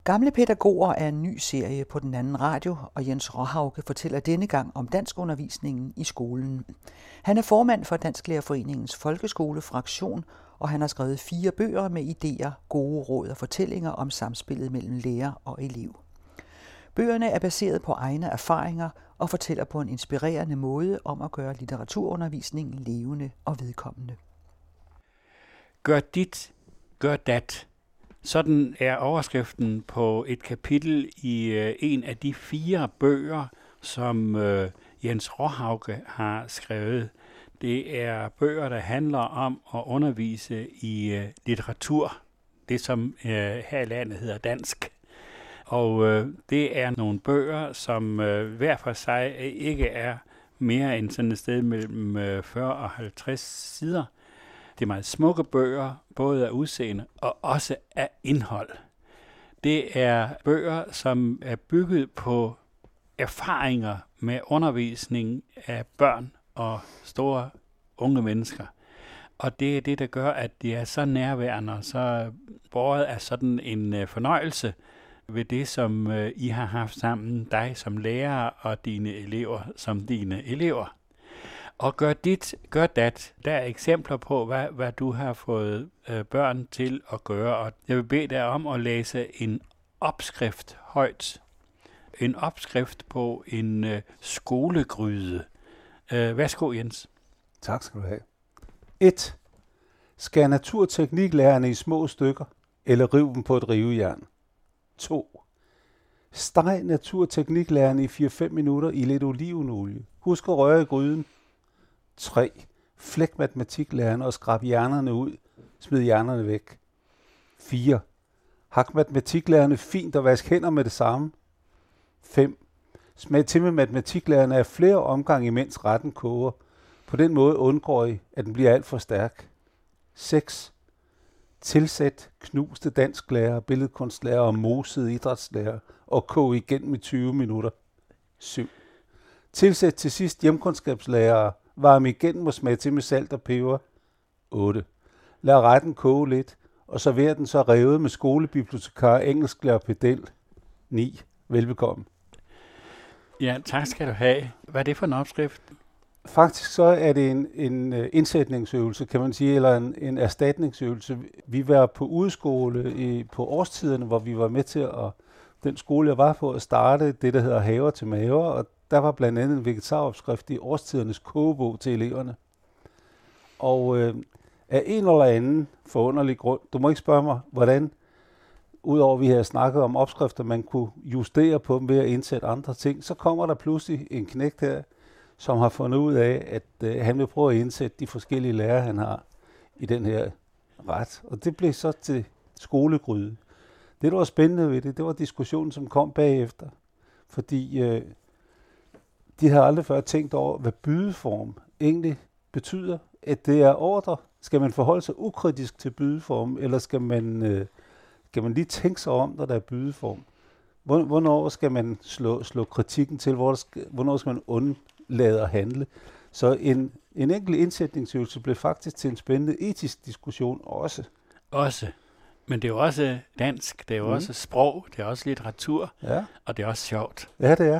Gamle pædagoger er en ny serie på Den Anden Radio, og Jens Råhauke fortæller denne gang om danskundervisningen i skolen. Han er formand for Dansklærerforeningens folkeskolefraktion, og han har skrevet 4 bøger med idéer, gode råd og fortællinger om samspillet mellem lærer og elev. Bøgerne er baseret på egne erfaringer og fortæller på en inspirerende måde om at gøre litteraturundervisningen levende og vedkommende. Gør dit, gør dat. Sådan er overskriften på et kapitel i en af de 4 bøger, som Jens Råhauke har skrevet. Det er bøger, der handler om at undervise i litteratur, det som her i landet hedder dansk. Og det er nogle bøger, som hver for sig ikke er mere end sådan et sted mellem 40 og 50 sider. Det er meget smukke bøger, både af udseende og også af indhold. Det er bøger, som er bygget på erfaringer med undervisning af børn og store unge mennesker. Og det er det, der gør, at de er så nærværende og så båret af sådan en fornøjelse ved det, som I har haft sammen, dig som lærer og dine elever som dine elever. Og gør dit, gør dat. Der er eksempler på, hvad du har fået børn til at gøre. Og jeg vil bede dig om at læse en opskrift højt. En opskrift på en skolegryde. Værsgo, Jens. Tak skal du have. 1. Skær naturtekniklærerne i små stykker, eller riv dem på et rivejern. 2. Steg naturtekniklærerne i 4-5 minutter i lidt olivenolie. Husk at røre i gryden. 3. Flæk matematiklærerne og skrab hjernerne ud. Smid hjernerne væk. 4. Hak matematiklærerne fint og vask hænder med det samme. 5. Smag til med matematiklærerne af flere omgange, imens retten koger. På den måde undgår I, at den bliver alt for stærk. 6. Tilsæt knuste dansklærer, billedkunstlærer og mosede idrætslærer og kog igen i 20 minutter. 7. Tilsæt til sidst hjemkundskabslærere, varm igen og smag til med salt og peber. 8. Lad retten koge lidt, og server den så revet med skolebibliotekar, engelsklærer og pedel. 9. Velbekomme. Ja, tak skal du have. Hvad er det for en opskrift? Faktisk så er det en indsætningsøvelse, kan man sige, eller en erstatningsøvelse. Vi var på udeskole på årstiderne, hvor vi var med til den skole, jeg var på, at starte det, der hedder Haver til Maver, og der var blandt andet en vegetaropskrift i årstidernes kogebog til eleverne. Og af en eller anden forunderlig grund, du må ikke spørge mig, hvordan, udover at vi havde snakket om opskrifter, man kunne justere på dem ved at indsætte andre ting, så kommer der pludselig en knægt her, som har fundet ud af, at han vil prøve at indsætte de forskellige lærer, han har i den her ret. Og det blev så til skolegryde. Det, der var spændende ved det var diskussionen, som kom bagefter. Fordi de havde aldrig før tænkt over, hvad bydeform egentlig betyder. At det er ordre. Skal man forholde sig ukritisk til bydeform, eller skal man lige tænke sig om, når der er bydeform? Hvornår skal man slå kritikken til? Hvornår skal man undlade at handle? Så en enkelt indsætningsøvelse blev faktisk til en spændende etisk diskussion også. Også. Men det er jo også dansk, det er jo også sprog, det er også litteratur, og det er også sjovt. Ja, det er.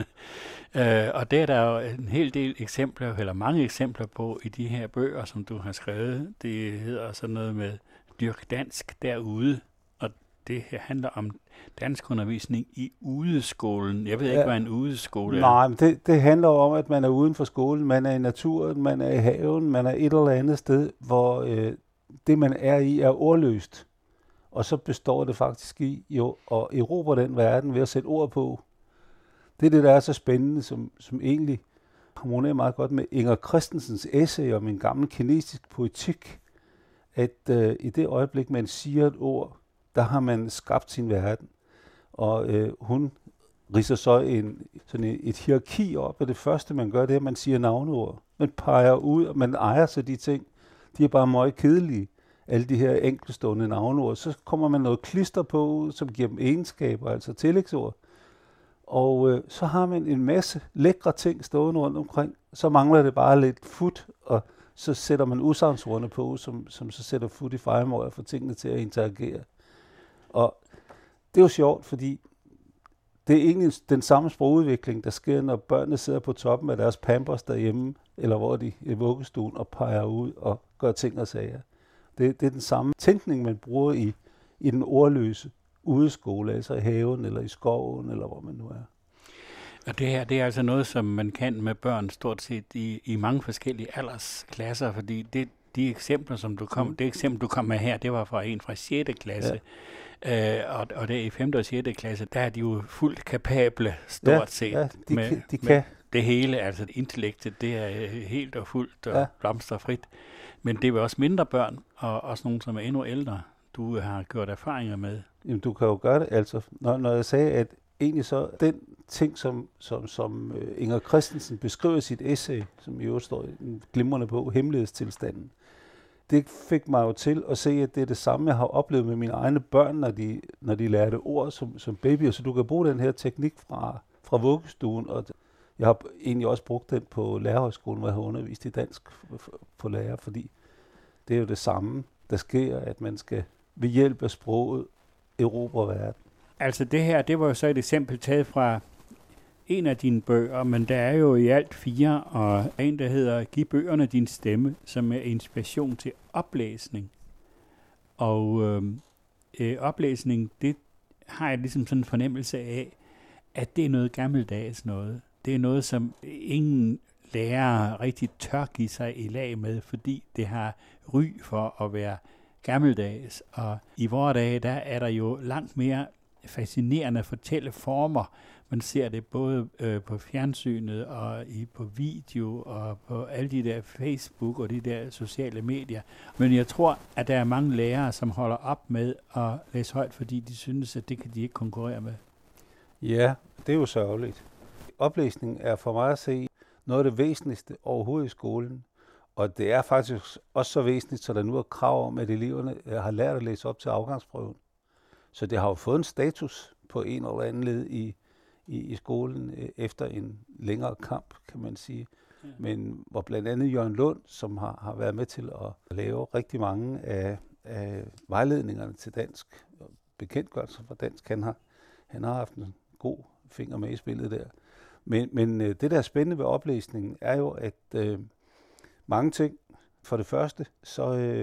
Og det er der jo en hel del eksempler, eller mange eksempler på i de her bøger, som du har skrevet. Det hedder sådan noget med dyrk dansk derude, og det her handler om danskundervisning i udeskolen. Jeg ved ikke, hvad en udeskole er. Nej, men det handler om, at man er uden for skolen, man er i naturen, man er i haven, man er et eller andet sted, hvor det, man er i, er ordløst. Og så består det faktisk i at erobre den verden ved at sætte ord på. Det er det, der er så spændende, som egentlig harmonerer meget godt med Inger Christensens essay om en gammel kinesisk poetik, at i det øjeblik, man siger et ord, der har man skabt sin verden. Og hun ridser så et hierarki op, og det første, man gør, det er, at man siger navneord. Man peger ud, og man ejer sig de ting. De er bare meget kedelige, alle de her enkeltstående navneord. Så kommer man noget klister på, som giver dem egenskaber, altså tillægsord. Og så har man en masse lækre ting stående rundt omkring. Så mangler det bare lidt fut, og så sætter man udsagnsordene på, som så sætter fut i fejemøjer for tingene til at interagere. Og det er jo sjovt, fordi det er egentlig den samme sprogudvikling, der sker, når børnene sidder på toppen af deres pampers derhjemme, eller hvor de i vuggestuen og peger ud og gør ting og sager. Det er den samme tænkning, man bruger i den ordløse udeskole, altså i haven eller i skoven, eller hvor man nu er. Og det her, det er altså noget, som man kan med børn stort set i mange forskellige aldersklasser, fordi de eksempler, som det eksempel, du kom med her, det var fra en fra 6. klasse. Ja. Og det i 5. og 6. klasse, der er de jo fuldt kapable stort set. Ja, de med kan. Det hele, altså intellektet, det er helt og fuldt og blomsterfrit. Men det er jo også mindre børn, og også nogen, som er endnu ældre, du har gjort erfaringer med. Jamen, du kan jo gøre det, altså. Når jeg sagde, at egentlig så den ting, som Inger Christensen beskriver i sit essay, som i øvrigt står i en glimrende bog, Hemmelighedstilstanden, det fik mig jo til at se, at det er det samme, jeg har oplevet med mine egne børn, når de lærte ord som babyer. Så du kan bruge den her teknik fra vuggestuen, og jeg har egentlig også brugt den på lærerhøjskolen, hvor jeg har undervist i dansk på lærer, fordi det er jo det samme, der sker, at man skal ved hjælp af sproget erobre verden. Altså det her, det var jo så et eksempel taget fra en af dine bøger, men der er jo i alt 4, og en, der hedder Giv bøgerne din stemme, som er inspiration til oplæsning. Og oplæsning, det har jeg ligesom sådan en fornemmelse af, at det er noget gammeldags noget. Det er noget, som ingen lærere rigtig tør give sig i lag med, fordi det har ry for at være gammeldags. Og i vore dage, der er der jo langt mere fascinerende fortælleformer. Man ser det både på fjernsynet og på video og på alle de der Facebook og de der sociale medier. Men jeg tror, at der er mange lærere, som holder op med at læse højt, fordi de synes, at det kan de ikke konkurrere med. Ja, det er jo sørgeligt. Oplæsning er for mig at se noget af det væsentligste overhovedet i skolen. Og det er faktisk også så væsentligt, så der nu er krav om, at eleverne har lært at læse op til afgangsprøven. Så det har jo fået en status på en eller anden led i skolen efter en længere kamp, kan man sige. Ja. Men hvor blandt andet Jørgen Lund, som har været med til at lave rigtig mange af vejledningerne til dansk, bekendtgørelser for dansk, han har haft en god finger med i spillet der. Men det, der er spændende ved oplæsningen, er jo, at mange ting. For det første, så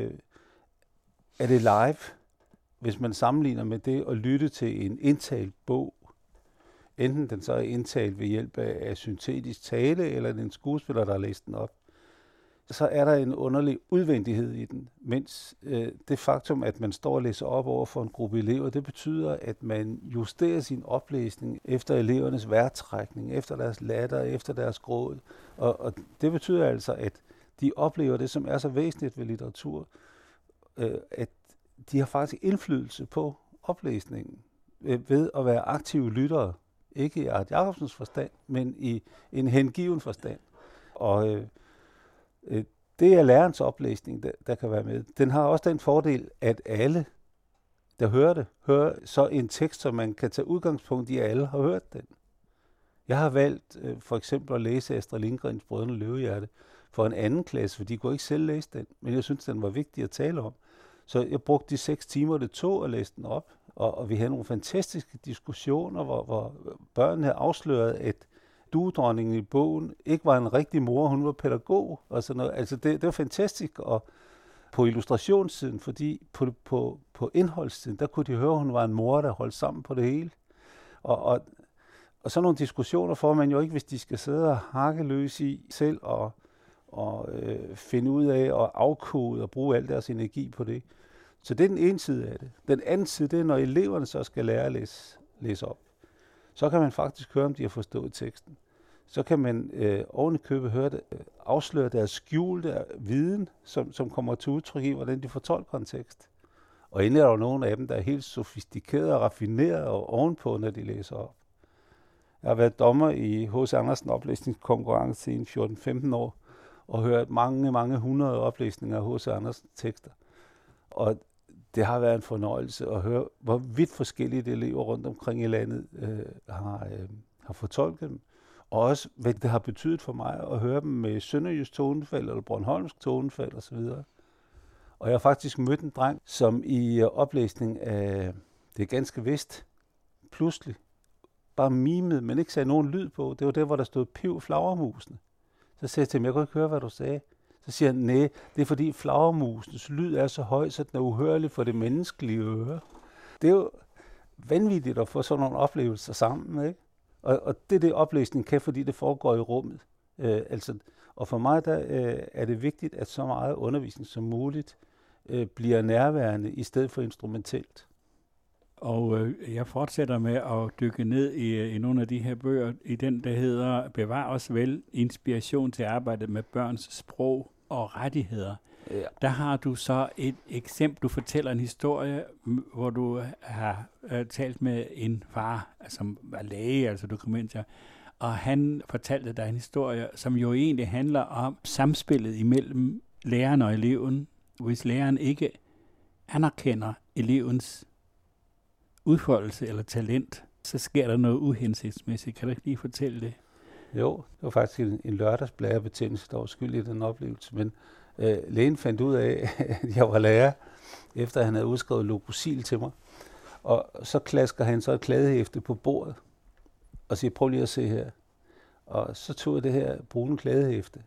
er det live, hvis man sammenligner med det at lytte til en indtalt bog. Enten den så er indtalt ved hjælp af syntetisk tale, eller den skuespiller, der har læst den op. Så er der en underlig udvendighed i den, mens det faktum, at man står og læser op over for en gruppe elever, det betyder, at man justerer sin oplæsning efter elevernes vejrtrækning, efter deres latter, efter deres gråd. Og det betyder altså, at de oplever det, som er så væsentligt ved litteratur, at de har faktisk indflydelse på oplæsningen ved at være aktive lyttere. Ikke i Art Jacobsens forstand, men i en hengiven forstand. Og det er lærerens oplæsning, der kan være med. Den har også den fordel, at alle, der hører det, hører så en tekst, som man kan tage udgangspunkt i, at alle har hørt den. Jeg har valgt for eksempel at læse Astrid Lindgrens Brødrene Løvehjerte for en anden klasse, for de kunne ikke selv læse den, men jeg synes, den var vigtig at tale om. Så jeg brugte de 6 timer, det tog at læse den op, og vi havde nogle fantastiske diskussioner, hvor børnene havde afsløret, at duedronningen i bogen ikke var en rigtig mor, hun var pædagog og sådan noget. Altså det var fantastisk, og på illustrationssiden, fordi på indholdssiden, der kunne de høre, at hun var en mor, der holdt sammen på det hele. Og sådan nogle diskussioner får man jo ikke, hvis de skal sidde og hakke løs i selv og finde ud af og afkode og bruge al deres energi på det. Så det er den ene side af det. Den anden side, det er, når eleverne så skal lære at læse op. Så kan man faktisk høre, om de har forstået teksten. Så kan man oven i købet høre det, afsløre deres skjulte viden, som kommer til udtryk i, hvordan de fortolker en tekst. Og endelig er der nogle af dem, der er helt sofistikerede og raffinerede og ovenpå, når de læser op. Jeg har været dommer i H.C. Andersen oplæsningskonkurrence i 14-15 år, og hørt mange hundrede oplæsninger af H.C. Andersens tekster. Og det har været en fornøjelse at høre, hvor vidt forskellige elever rundt omkring i landet har fortolket dem. Og også, hvad det har betydet for mig at høre dem med sønderjysk tonefald eller bornholmsk tonefald osv. Og jeg har faktisk mødt en dreng, som i oplæsning af Det ganske vist pludselig bare mimede, men ikke sagde nogen lyd på. Det var der, hvor der stod piv flagermusene. Så sagde jeg til ham, jeg kunne ikke høre, hvad du sagde. Så siger han, nej, det er fordi flagermusens lyd er så høj, så den er uhørlig for det menneskelige øre. Det er jo vanvittigt at få sådan nogle oplevelser sammen, ikke? Og det oplæsning kan, fordi det foregår i rummet. Og for mig der, er det vigtigt, at så meget undervisning som muligt bliver nærværende i stedet for instrumentelt. Og jeg fortsætter med at dykke ned i nogle af de her bøger, i den, der hedder Bevar os vel, inspiration til arbejdet med børns sprog og rettigheder. Ja. Der har du så et eksempel, du fortæller en historie, hvor du har talt med en far, som var læge, altså dokumenter, og han fortalte dig en historie, som jo egentlig handler om samspillet imellem læreren og eleven. Hvis læreren ikke anerkender elevens udfoldelse eller talent, så sker der noget uhensigtsmæssigt. Kan du ikke lige fortælle det? Jo, det var faktisk en lørdagsblærebetændelse, der var skyld i den oplevelse, men lægen fandt ud af, at jeg var lærer, efter han havde udskrevet Logosil til mig, og så klasker han så et kladehæfte på bordet, og siger, prøv lige at se her. Og så tog jeg det her brune kladehæfte,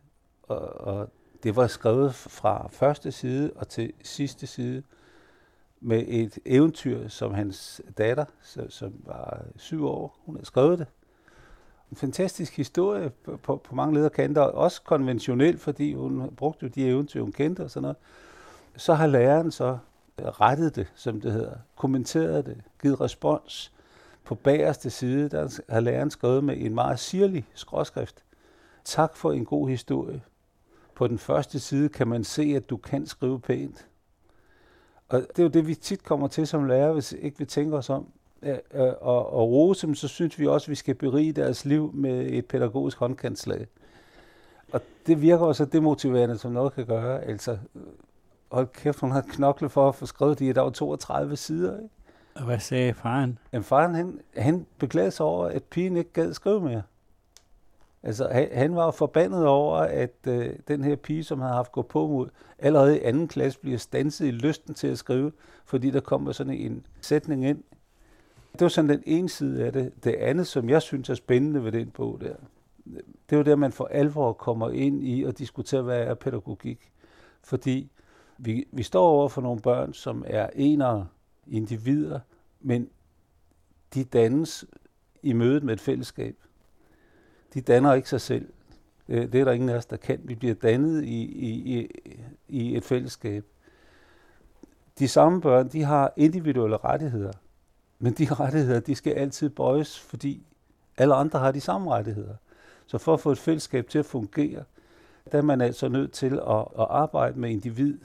og det var skrevet fra første side og til sidste side, med et eventyr, som hans datter, som var 7 år, hun havde skrevet det. En fantastisk historie på mange lederkanter, også konventionelt, fordi hun brugte jo de eventyr, hun kendte og sådan noget. Så har læreren så rettet det, som det hedder, kommenteret det, givet respons. På bagerste side, der har læreren skrevet med en meget sirlig skråskrift. Tak for en god historie. På den første side kan man se, at du kan skrive pænt. Og det er jo det, vi tit kommer til som lærer, hvis ikke vi tænker os om. Og rose dem, så synes vi også, at vi skal berige deres liv med et pædagogisk håndkantslag. Og det virker også demotiverende, som noget kan gøre. Altså, hold kæft, hun har knoklet for at få skrevet det, der var 32 sider. Ikke? Og hvad sagde faren? Jamen, faren, han beklagede sig over, at pigen ikke gad skrive mere. Altså, han var forbandet over, at den her pige, som havde haft gået på mod, allerede i 2. klasse bliver standset i lysten til at skrive, fordi der kommer sådan en sætning ind. Det var sådan den ene side af det. Det andet, som jeg synes er spændende ved den bog der, det er jo der, man for alvor kommer ind i og diskuterer, hvad er pædagogik. Fordi vi står over for nogle børn, som er enere individer, men de dannes i mødet med et fællesskab. De danner ikke sig selv. Det er der ingen af os, der kan. Vi bliver dannet i et fællesskab. De samme børn, de har individuelle rettigheder. Men de rettigheder, de skal altid bøjes, fordi alle andre har de samme rettigheder. Så for at få et fællesskab til at fungere, der er man altså nødt til at arbejde med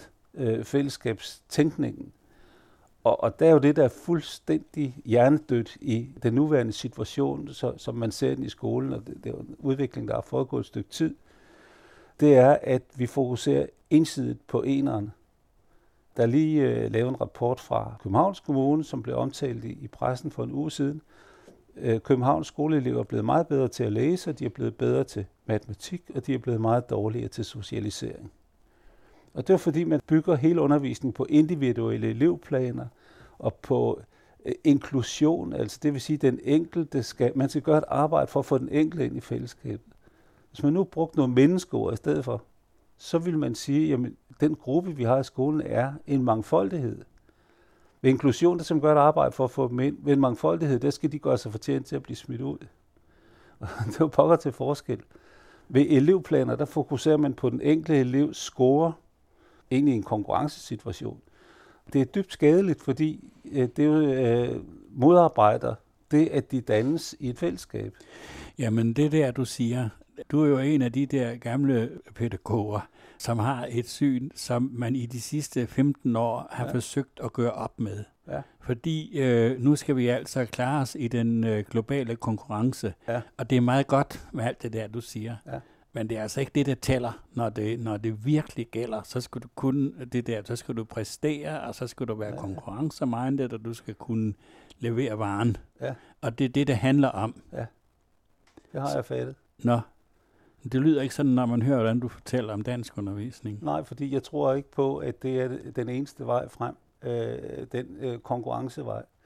fællesskabstænkningen. Og der er jo det, der er fuldstændig hjernedødt i den nuværende situation, som man ser den i skolen, og det er jo en udvikling, der har foregået et stykke tid. Det er, at vi fokuserer ensidigt på eneren. Der er lige lavet en rapport fra Københavns Kommune, som blev omtalt i pressen for en uge siden. Københavns skoleelever er blevet meget bedre til at læse, og de er blevet bedre til matematik, og de er blevet meget dårligere til socialisering. Og det er fordi, man bygger hele undervisningen på individuelle elevplaner og på inklusion, altså det vil sige, at den enkelte man skal gøre et arbejde for at få den enkelte ind i fællesskabet. Hvis man nu brugte nogle menneskeord i stedet for, så vil man sige, jamen den gruppe, vi har i skolen, er en mangfoldighed. Ved inklusion, der skal man gøre et arbejde for at få dem ind. Ved en mangfoldighed, der skal de gøre sig fortjent til at blive smidt ud. Og det er jo pokker til forskel. Ved elevplaner, der fokuserer man på den enkelte elevs score, ind i en konkurrencesituation. Det er dybt skadeligt, fordi det jo modarbejder det, at de dannes i et fællesskab. Jamen det der, du siger, du er jo en af de der gamle pædagoger, som har et syn, som man i de sidste 15 år har forsøgt at gøre op med. Ja. Fordi nu skal vi altså klare os i den globale konkurrence, og det er meget godt med alt det der, du siger. Ja. Men det er altså ikke det, der tæller, når det virkelig gælder. Så skal du kunne det der, så skal du præstere, og så skal du være konkurrencemindet, og du skal kunne levere varen. Ja. Og det er det handler om. Ja, det har jeg fattet. Nå, det lyder ikke sådan, når man hører, hvordan du fortæller om dansk undervisning. Nej, fordi jeg tror ikke på, at det er den eneste vej frem, den konkurrencevej.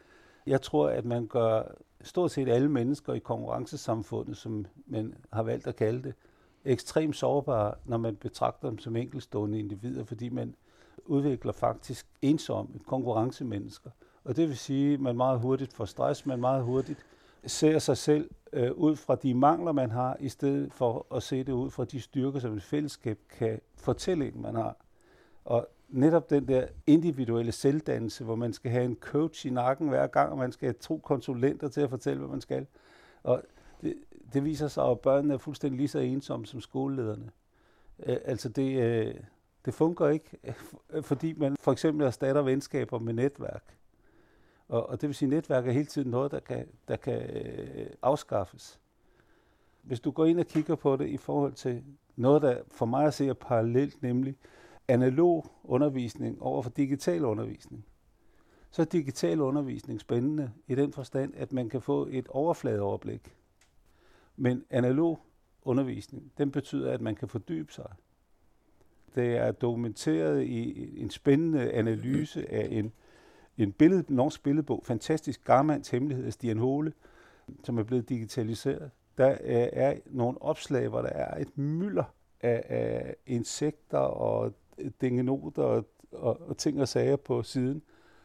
Jeg tror, at man gør stort set alle mennesker i konkurrencesamfundet, som man har valgt at kalde det, ekstremt sårbare, når man betragter dem som enkeltstående individer, fordi man udvikler faktisk ensomme konkurrencemennesker. Og det vil sige, at man meget hurtigt får stress, man meget hurtigt ser sig selv ud fra de mangler, man har, i stedet for at se det ud fra de styrker, som et fællesskab kan fortælle en, man har. Og netop den der individuelle selvdannelse, hvor man skal have en coach i nakken hver gang, og man skal have 2 konsulenter til at fortælle, hvad man skal. Og det viser sig, at børnene er fuldstændig lige så ensomme som skolelederne. Altså det fungerer ikke, fordi man for eksempel erstatter venskaber med netværk. Og det vil sige, at netværk er hele tiden noget, der kan afskaffes. Hvis du går ind og kigger på det i forhold til noget, der for mig at se er parallelt, nemlig analog undervisning over for digital undervisning, så er digital undervisning spændende i den forstand, at man kan få et overfladeoverblik. Men analog undervisning, den betyder, at man kan fordybe sig. Det er dokumenteret i en spændende analyse af en norsk billedbog, Fantastisk Garmands Hemmelighed af Stian Hole, som er blevet digitaliseret. Der er nogle opslag, hvor der er et mylder af insekter og dingenoter og ting og sager på siden.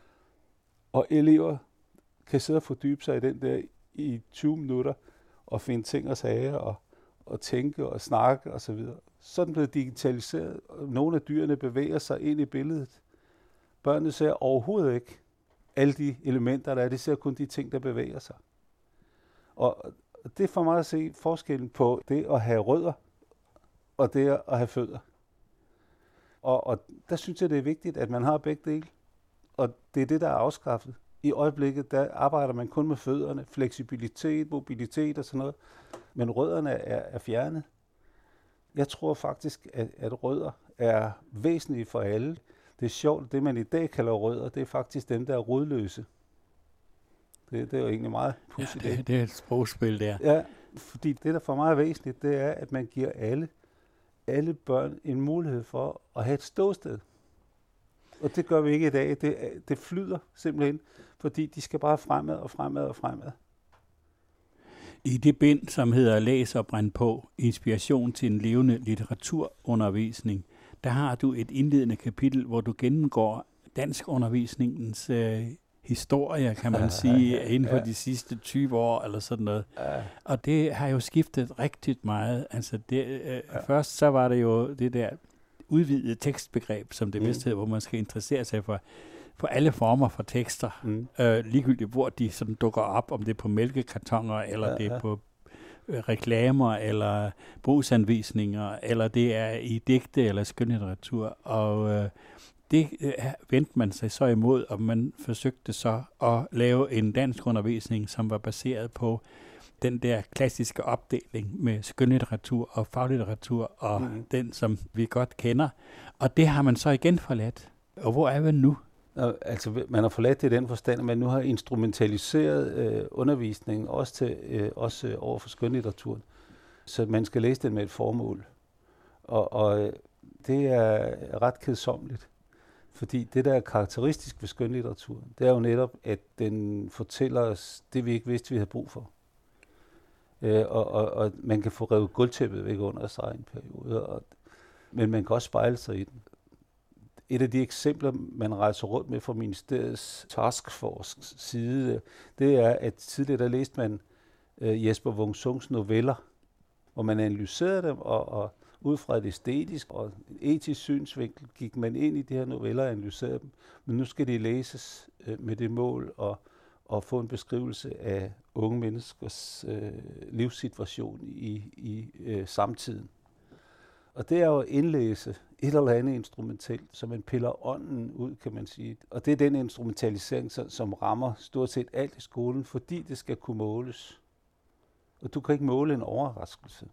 Og elever kan sidde og fordybe sig i den der i 20 minutter og finde ting og sager og tænke og snakke osv. Så er den blevet digitaliseret, og nogle af dyrene bevæger sig ind i billedet. Børnene ser overhovedet ikke alle de elementer, der er. De ser kun de ting, der bevæger sig. Og det er for mig at se forskellen på det at have rødder og det at have fødder. Og der synes jeg, det er vigtigt, at man har begge dele. Og det er det, der er afskaffet. I øjeblikket, der arbejder man kun med fødderne, fleksibilitet, mobilitet og sådan noget. Men rødderne er fjernet. Jeg tror faktisk, at rødder er væsentlige for alle. Det er sjovt, det man i dag kalder rødder, det er faktisk dem, der er rodløse. Det er jo egentlig meget pudsigt. Ja, det er et sprogspil der. Ja, fordi det, der for mig er væsentligt, det er, at man giver alle børn en mulighed for at have et ståsted. Og det gør vi ikke i dag. Det flyder simpelthen, fordi de skal bare fremad og fremad og fremad. I det bind, som hedder Læs og brænd på, inspiration til en levende litteraturundervisning, der har du et indledende kapitel, hvor du gennemgår danskundervisningens historie, kan man sige, inden for de sidste 20 år, eller sådan noget. Og det har jo skiftet rigtig meget. Altså først så var det jo det der udvidede tekstbegreb, som det vist hedder, hvor man skal interessere sig for alle former for tekster. Ligegyldigt hvor de sådan dukker op, om det er på mælkekartoner, eller det er på reklamer, eller brugsanvisninger, eller det er i digte eller skønlitteratur. Og det vendte man sig så imod, og man forsøgte så at lave en dansk undervisning, som var baseret på den der klassiske opdeling med skønlitteratur og faglitteratur, og den, som vi godt kender. Og det har man så igen forladt. Og hvor er vi nu? Altså, man har forladt det i den forstand, at man nu har instrumentaliseret undervisningen også over for skønlitteraturen. Så man skal læse den med et formål. Og det er ret kedsommeligt. Fordi det, der er karakteristisk ved skønlitteraturen, det er jo netop, at den fortæller os det, vi ikke vidste, vi havde brug for. Og man kan få revet gulvtæppet væk under sig i en periode, men man kan også spejle sig i den. Et af de eksempler, man rejser rundt med fra ministeriets taskforce side, det er, at tidligere der læste man Jesper Wung Sungs noveller, hvor man analyserede dem, og ud fra et æstetisk og et etisk synsvinkel gik man ind i de her noveller og analyserede dem. Men nu skal de læses med det mål og få en beskrivelse af unge menneskers livssituation i samtiden. Og det er jo at indlæse et eller andet instrumentelt, så man piller ånden ud, kan man sige. Og det er den instrumentalisering, som rammer stort set alt i skolen, fordi det skal kunne måles. Og du kan ikke måle en overraskelse.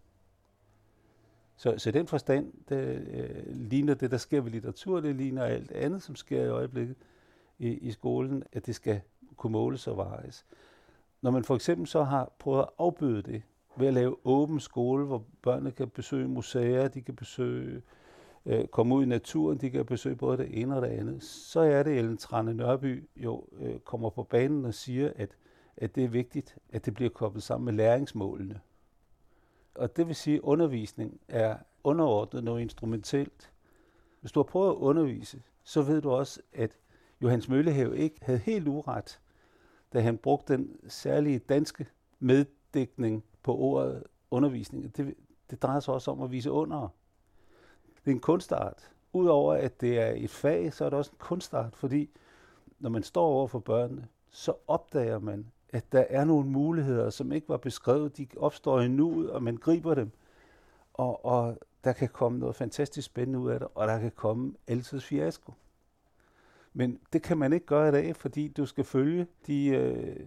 Så den forstand, det ligner det, der sker ved litteratur, det ligner alt andet, som sker i øjeblikket i skolen, at det skal kunne måles og vejes. Når man for eksempel så har prøvet at afbøde det, ved at lave åben skole, hvor børnene kan besøge museer, de kan besøge komme ud i naturen, de kan besøge både det ene og det andet. Så er det, Ellen Trane Nørby jo kommer på banen og siger, at det er vigtigt, at det bliver koblet sammen med læringsmålene. Og det vil sige, at undervisning er underordnet noget instrumentelt. Hvis du har prøvet at undervise, så ved du også, at Johannes Møllehave ikke havde helt uret, da han brugte den særlige danske meddækning på ordet undervisning. Det drejer sig også om at vise under. Det er en kunstart. Udover at det er et fag, så er det også en kunstart, fordi når man står over for børnene, så opdager man, at der er nogle muligheder, som ikke var beskrevet. De opstår i nuet, og man griber dem. Og der kan komme noget fantastisk spændende ud af det, og der kan komme altid fiasko. Men det kan man ikke gøre i dag, fordi du skal følge de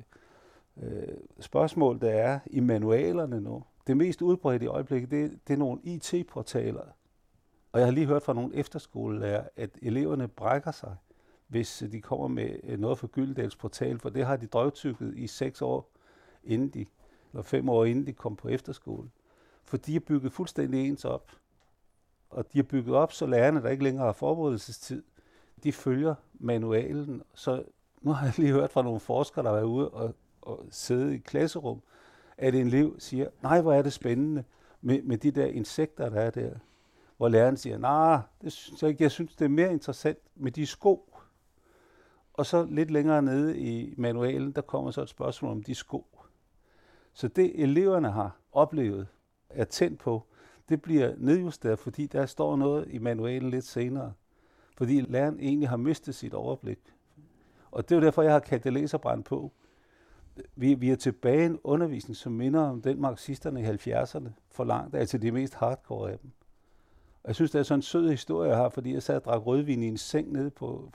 spørgsmål, der er i manualerne nu. Det mest udbredte i øjeblikket, det er nogle IT-portaler. Og jeg har lige hørt fra nogle efterskolelærer, at eleverne brækker sig, hvis de kommer med noget fra Gyldendals portal, for det har de drøvtykket i 6 år, eller 5 år inden de kom på efterskole. For de er bygget fuldstændig ens op. Og de er bygget op, så lærerne, der ikke længere har forberedelsestid, de følger manualen. Så nu har jeg lige hørt fra nogle forskere, der var ude og sidde i klasserum, at en elev siger, nej, hvor er det spændende med de der insekter, der er der. Hvor læreren siger, nej, det synes jeg ikke. Jeg synes, det er mere interessant med de sko. Og så lidt længere nede i manualen, der kommer så et spørgsmål om de sko. Så det eleverne har oplevet, er tændt på, det bliver nedjusteret, fordi der står noget i manualen lidt senere. Fordi læreren egentlig har mistet sit overblik. Og det er jo derfor, jeg har kaldt det læserbrand på. Vi er tilbage i en undervisning, som minder om den marxisterne i 70'erne forlangte, altså de mest hardcore af dem. Og jeg synes, det er sådan en sød historie, jeg har, fordi jeg sad og drak rødvin i en seng nede på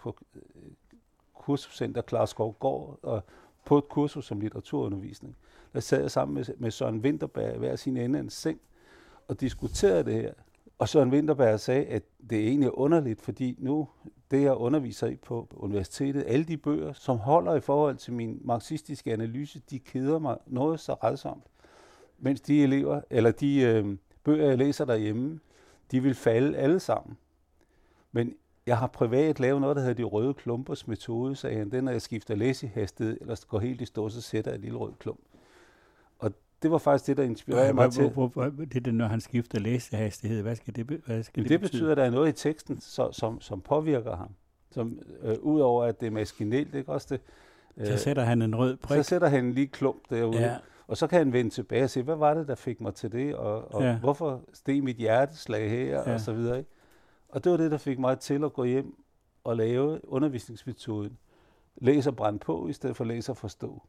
kursuscenter Klarskovgård, og på et kursus som litteraturundervisning. Der sad jeg sammen med Søren Vinterberg i hver sin ende af en seng og diskuterede det her. Og Søren Vinterberg sagde, at det er egentlig underligt, fordi nu, det jeg underviser i på universitetet, alle de bøger, som holder i forhold til min marxistiske analyse, de keder mig noget så rædsomt. Mens de elever, eller de bøger, jeg læser derhjemme, de vil falde alle sammen. Men jeg har privat lavet noget, der hedder de røde klumpers metode, sagde han. Den, når jeg skifter læsehastighed, eller går helt i stå, så sætter jeg en lille rød klump. Og det var faktisk det, der inspirerede mig til. Det er når han skifter læsehastighed. Hvad skal det betyde? Det betyder, at der er noget i teksten, som påvirker ham. Som udover at det er maskinelt, ikke også det? Så sætter han en rød prik. Så sætter han en lige klump derude. Ja. Og så kan han vende tilbage og se, hvad var det, der fik mig til det, og hvorfor steg mit hjerteslag her, og så videre. Ikke? Og det var det, der fik mig til at gå hjem og lave undervisningsmetoden. Læs og brænde på, i stedet for læs og forstå.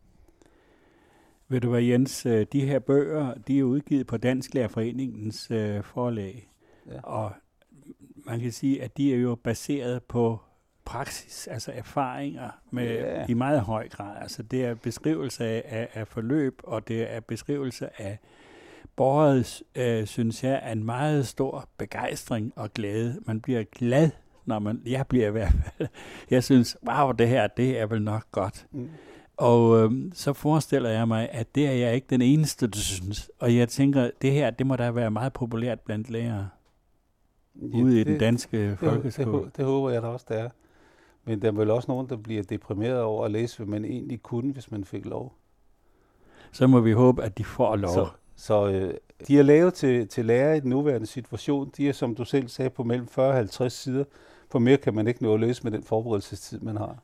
Ved du hvad, Jens, de her bøger, de er udgivet på Dansklærerforeningens forlag. Ja. Og man kan sige, at de er jo baseret på praksis, altså erfaringer i meget høj grad. Altså det er beskrivelse af forløb, og det er beskrivelse af båret, synes jeg, er en meget stor begejstring og glæde. Man bliver glad, jeg bliver i hvert fald. Jeg synes, wow, det her, det er vel nok godt. Mm. Og så forestiller jeg mig, at det er jeg ikke den eneste, der synes. Og jeg tænker, det her, det må da være meget populært blandt lærere ude i den danske folkeskole. Det håber jeg da også, det er. Men der er vel også nogen, der bliver deprimeret over at læse, hvad man egentlig kunne, hvis man fik lov. Så må vi håbe, at de får lov. Så de er lavet til lærere i den nuværende situation. De er, som du selv sagde, på mellem 40 og 50 sider. For mere kan man ikke nå at læse med den forberedelsestid, man har.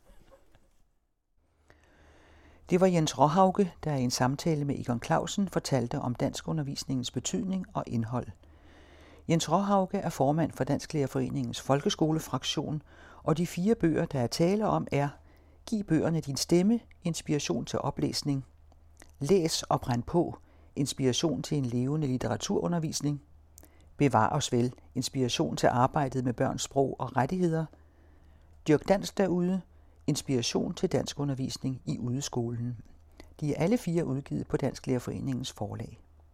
Det var Jens Råhauke, der i en samtale med Egon Clausen fortalte om danskundervisningens betydning og indhold. Jens Råhauke er formand for Dansklærerforeningens folkeskolefraktion, og de 4 bøger, der er tale om, er Giv bøgerne din stemme, inspiration til oplæsning, Læs og brænd på, inspiration til en levende litteraturundervisning, Bevar os vel, inspiration til arbejdet med børns sprog og rettigheder, Dyrk dansk derude, inspiration til danskundervisning i udeskolen. De er alle 4 udgivet på Dansklærerforeningens forlag.